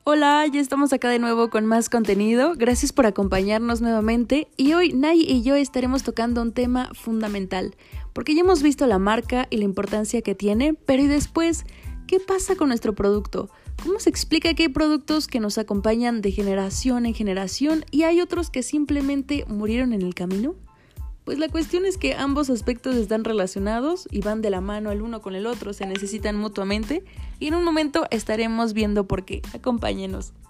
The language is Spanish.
Hola, ya estamos acá de nuevo con más contenido. Gracias por acompañarnos nuevamente y hoy Nay y yo estaremos tocando un tema fundamental, porque ya hemos visto la marca y la importancia que tiene, pero ¿y después qué pasa con nuestro producto? ¿Cómo se explica que hay productos que nos acompañan de generación en generación y hay otros que simplemente murieron en el camino? Pues la cuestión es que ambos aspectos están relacionados y van de la mano el uno con el otro, se necesitan mutuamente y en un momento estaremos viendo por qué. Acompáñenos.